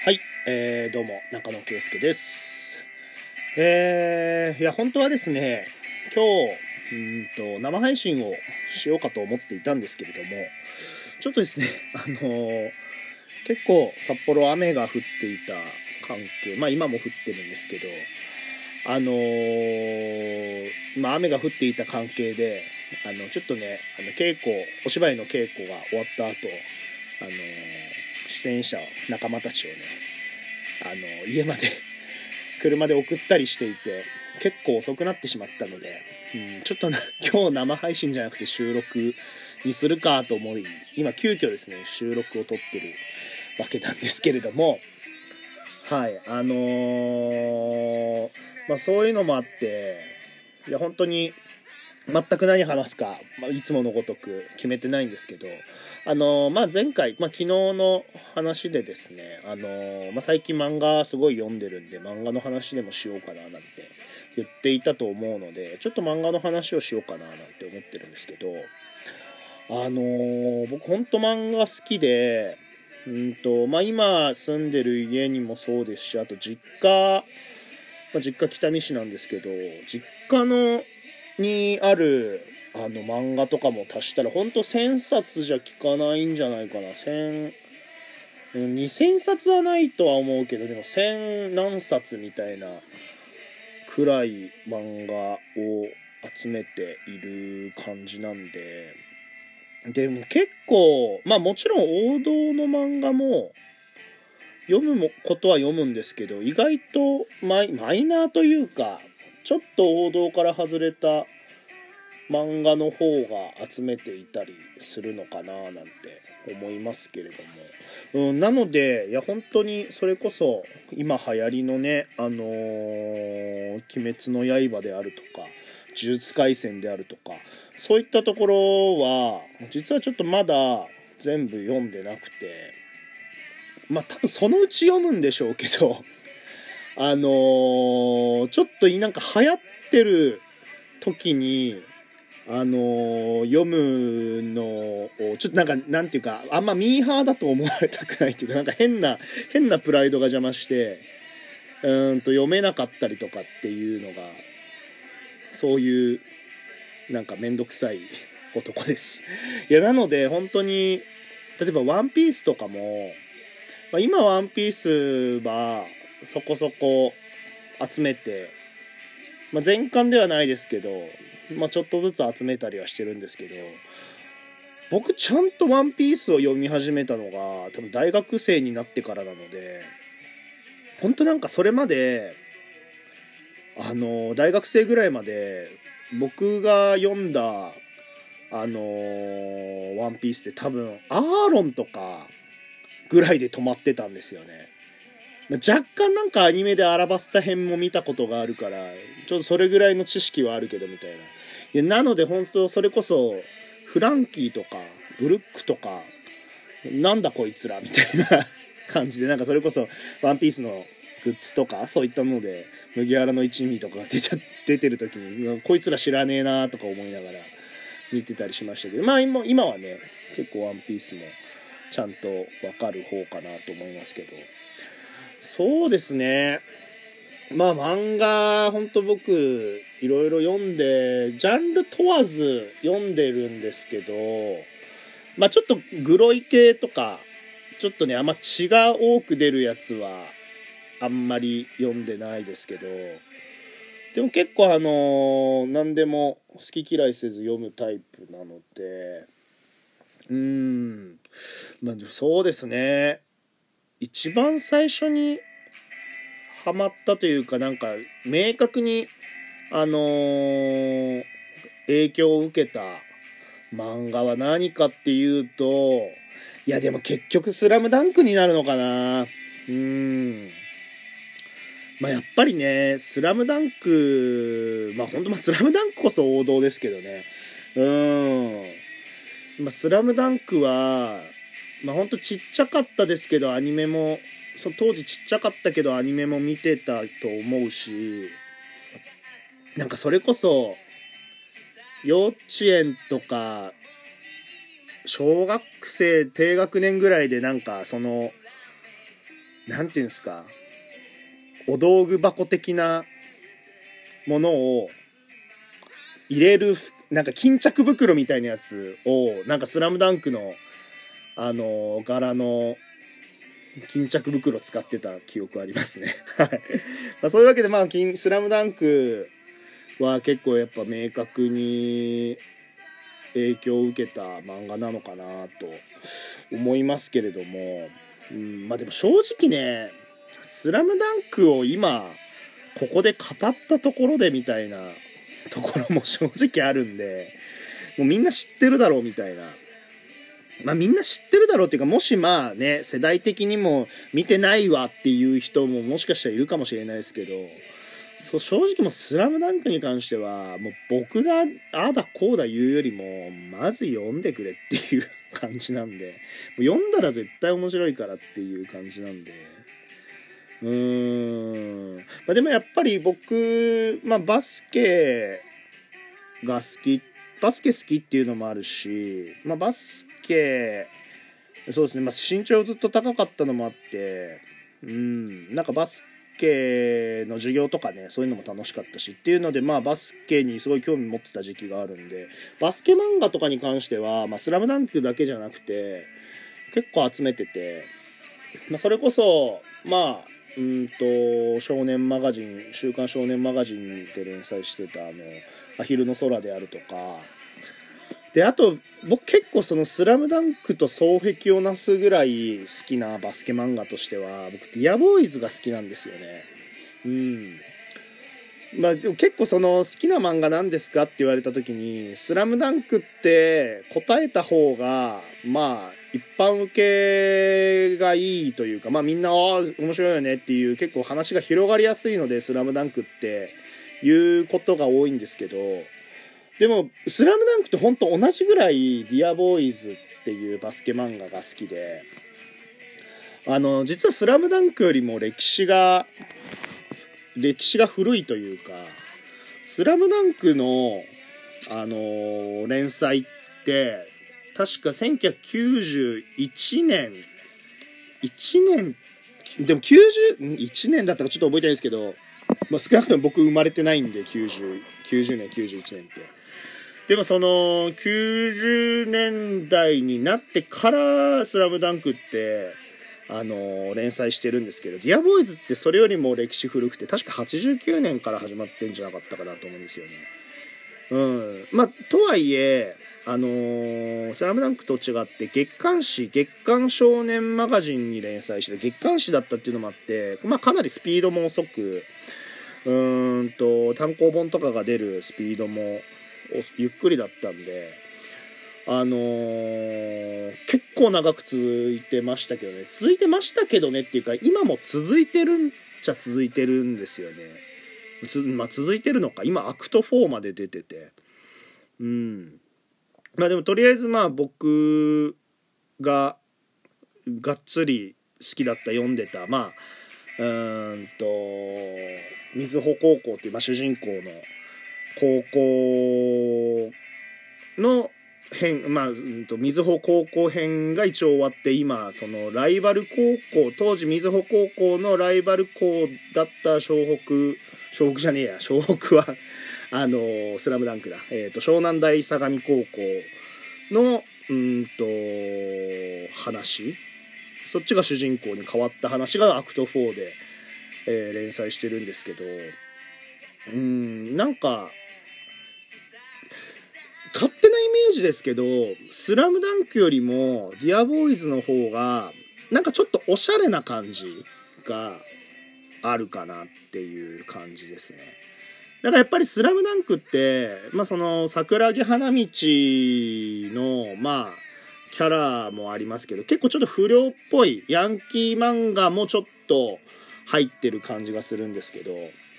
はい、どうも中野圭介です。いや本当はですね、今日生配信をしようかと思っていたんですけれども、ちょっとですね、結構札幌雨が降っていた関係、今も降ってるんですけど、雨が降っていた関係で、ちょっとね、お芝居の稽古が終わった後、出演者仲間たちをね、家まで車で送ったりしていて、結構遅くなってしまったので、ちょっと今日生配信じゃなくて収録にするかと思い、今急遽ですね収録を撮ってるわけなんですけれども、はいそういうのもあって、いや本当に全く何話すか、いつものごとく決めてないんですけど、前回、昨日の話でですね、最近漫画すごい読んでるんで、漫画の話でもしようかななんて言っていたと思うので、ちょっと漫画の話をしようかななんて思ってるんですけど、僕ほんと漫画好きで、今住んでる家にもそうですし、あと実家北見市なんですけど、実家にある漫画とかも足したらほんと1000冊じゃ効かないんじゃないかな。2000冊はないとは思うけど、でも1000何冊みたいなくらい漫画を集めている感じなんで、でも結構もちろん王道の漫画も読むことは読むんですけど、意外とマイナーというか、ちょっと王道から外れた漫画の方が集めていたりするのかななんて思いますけれども、なのでいや本当にそれこそ今流行りのね、鬼滅の刃であるとか呪術廻戦であるとか、そういったところは実はちょっとまだ全部読んでなくて、多分そのうち読むんでしょうけど、ちょっとなんか流行ってる時に読むのをちょっとなんていうか、あんまミーハーだと思われたくないというか、変なプライドが邪魔して読めなかったりとかっていうのが、そういうめんどくさい男です。いやなので本当に例えばワンピースとかも、今ワンピースはそこそこ集めて、全巻ではないですけど、ちょっとずつ集めたりはしてるんですけど、僕ちゃんとワンピースを読み始めたのが多分大学生になってからなので、本当それまで大学生ぐらいまで僕が読んだワンピースって多分アーロンとかぐらいで止まってたんですよね。若干アニメでアラバスタ編も見たことがあるから、ちょっとそれぐらいの知識はあるけどみたいな。いやなので本当それこそフランキーとかブルックとか、なんだこいつらみたいな感じで、それこそワンピースのグッズとかそういったので麦わらの一味とかが出てる時に、こいつら知らねえなとか思いながら見てたりしましたけど、今はね結構ワンピースもちゃんと分かる方かなと思いますけど、そうですね、漫画ほんと僕いろいろ読んで、ジャンル問わず読んでるんですけど、ちょっとグロい系とかちょっとねあんま血が多く出るやつはあんまり読んでないですけど、でも結構何でも好き嫌いせず読むタイプなので、そうですね、一番最初にハマったというか、明確に影響を受けた漫画は何かっていうと、いやでも結局スラムダンクになるのかな。やっぱりねスラムダンク、本当スラムダンクこそ王道ですけどね。スラムダンクはほんとちっちゃかったですけど、アニメも当時ちっちゃかったけどアニメも見てたと思うし、それこそ幼稚園とか小学生低学年ぐらいでそのなんていうんですか、お道具箱的なものを入れる、なんか巾着袋みたいなやつを、なんかスラムダンクの柄の巾着袋使ってた記憶ありますね。はい。まあそういうわけで、まあスラムダンクは結構やっぱ明確に影響を受けた漫画なのかなと思いますけれども、まあでも正直ね、スラムダンクを今ここで語ったところでみたいなところも正直あるんで、もうみんな知ってるだろうみたいな、まあみんな知ってるだろうっていうか、もしまあね世代的にも見てないわっていう人ももしかしたらいるかもしれないですけど、そう正直もうスラムダンクに関してはもう僕がああだこうだ言うよりもまず読んでくれっていう感じなんで、もう読んだら絶対面白いからっていう感じなんで、まあ、でもやっぱり僕、まあ、バスケ好きっていうのもあるし、まあ、バスケそうですね、まあ、身長ずっと高かったのもあって、なんかバスケの授業とかね、そういうのも楽しかったしっていうので、まあバスケにすごい興味持ってた時期があるんで、バスケ漫画とかに関しては、まあ、スラムダンクだけじゃなくて結構集めてて、まあ、それこそまあ少年マガジン、週刊少年マガジンで連載してたアヒルの空であるとかで、あと僕結構そのスラムダンクと双璧をなすぐらい好きなバスケ漫画としては、僕ディアボーイズが好きなんですよね。まあでも結構その好きな漫画なんですかって言われた時に、スラムダンクって答えた方がまあ一般受けがいいというか、まあみんな面白いよねっていう結構話が広がりやすいので、スラムダンクっていうことが多いんですけど、でもスラムダンクって本当同じぐらいディアボーイズっていうバスケ漫画が好きで、実はスラムダンクよりも歴史が古いというか、スラムダンクの連載って確か1991年でも91年だったかちょっと覚えてないですけど、まあ、少なくとも僕生まれてないんで、90年91年ってでもその90年代になってからスラムダンクって連載してるんですけど、ディアボーイズってそれよりも歴史古くて確か89年から始まってんじゃなかったかなと思うんですよね。まあとはいえスラムダンクと違って月刊少年マガジンに連載して月刊誌だったっていうのもあって、まあかなりスピードも遅く、単行本とかが出るスピードもゆっくりだったんで、結構長く続いてましたけどねっていうか、今も続いてるんちゃ続いてるんですよね。まあ続いてるのか、今アクト4まで出てて、まあでもとりあえずまあ僕ががっつり好きだった読んでた、まあ瑞穂高校っていう、まあ、主人公の高校の編、まあ瑞穂高校編が一応終わって、今そのライバル高校、当時瑞穂高校のライバル校だった湘北はスラムダンクだ、湘南大相模高校の話、そっちが主人公に変わった話がアクト4で、連載してるんですけど、なんか勝手なイメージですけど、スラムダンクよりもディアボーイズの方がなんかちょっとおしゃれな感じがあるかなっていう感じですね。だからやっぱりスラムダンクって、まあその桜木花道のまあキャラもありますけど、結構ちょっと不良っぽいヤンキー漫画もちょっと入ってる感じがするんですけど、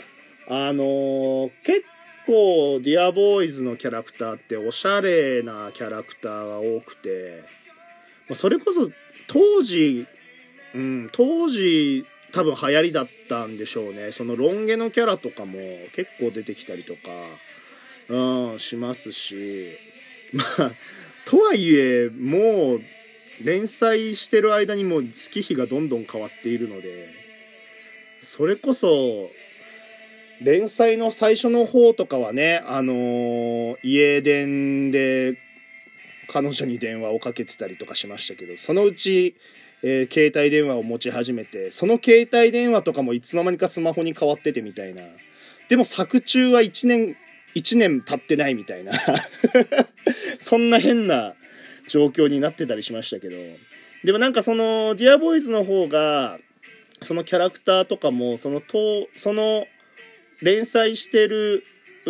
結構ディアボーイズのキャラクターっておしゃれなキャラクターが多くて、それこそ当時多分流行りだったんでしょうね。そのロン毛のキャラとかも結構出てきたりとか、しますし、まあとはいえもう連載してる間にもう月日がどんどん変わっているので、それこそ連載の最初の方とかはね、家電で彼女に電話をかけてたりとかしましたけど、そのうち、携帯電話を持ち始めて、その携帯電話とかもいつの間にかスマホに変わっててみたいな。でも作中は1年経ってないみたいなそんな変な状況になってたりしましたけど、でもなんかそのディアボーイズの方がそのキャラクターとかもその連載してる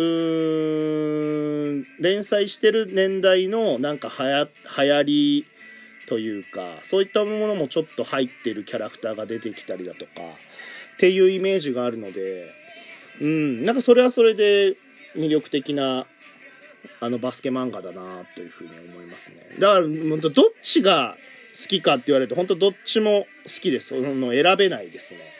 年代のなんか流行りというか、そういったものもちょっと入ってるキャラクターが出てきたりだとかっていうイメージがあるので、なんかそれはそれで魅力的なバスケ漫画だなというふうに思いますね。だから本当どっちが好きかって言われると本当どっちも好きです。選べないですね。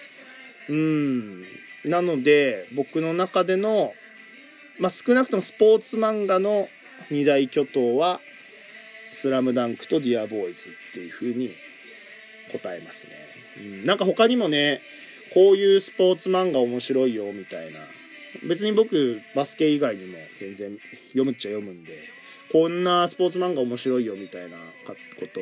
なので僕の中での、少なくともスポーツ漫画の二大巨頭はスラムダンクとディアボーイズっていう風に答えますね。なんか他にもね、こういうスポーツ漫画面白いよみたいな、別に僕バスケ以外にも全然読むっちゃ読むんで、こんなスポーツ漫画面白いよみたいなこと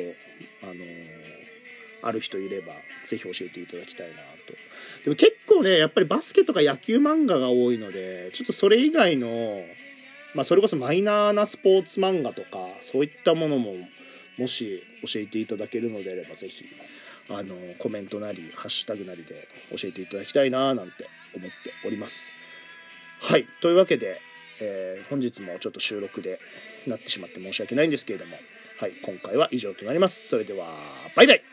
ある人いればぜひ教えていただきたいなと。でも結構ね、やっぱりバスケとか野球漫画が多いので、ちょっとそれ以外のそれこそマイナーなスポーツ漫画とかそういったものももし教えていただけるのであれば、ぜひコメントなりハッシュタグなりで教えていただきたいななんて思っております。はい、というわけで、本日もちょっと収録でなってしまって申し訳ないんですけれども、はい、今回は以上となります。それではバイバイ。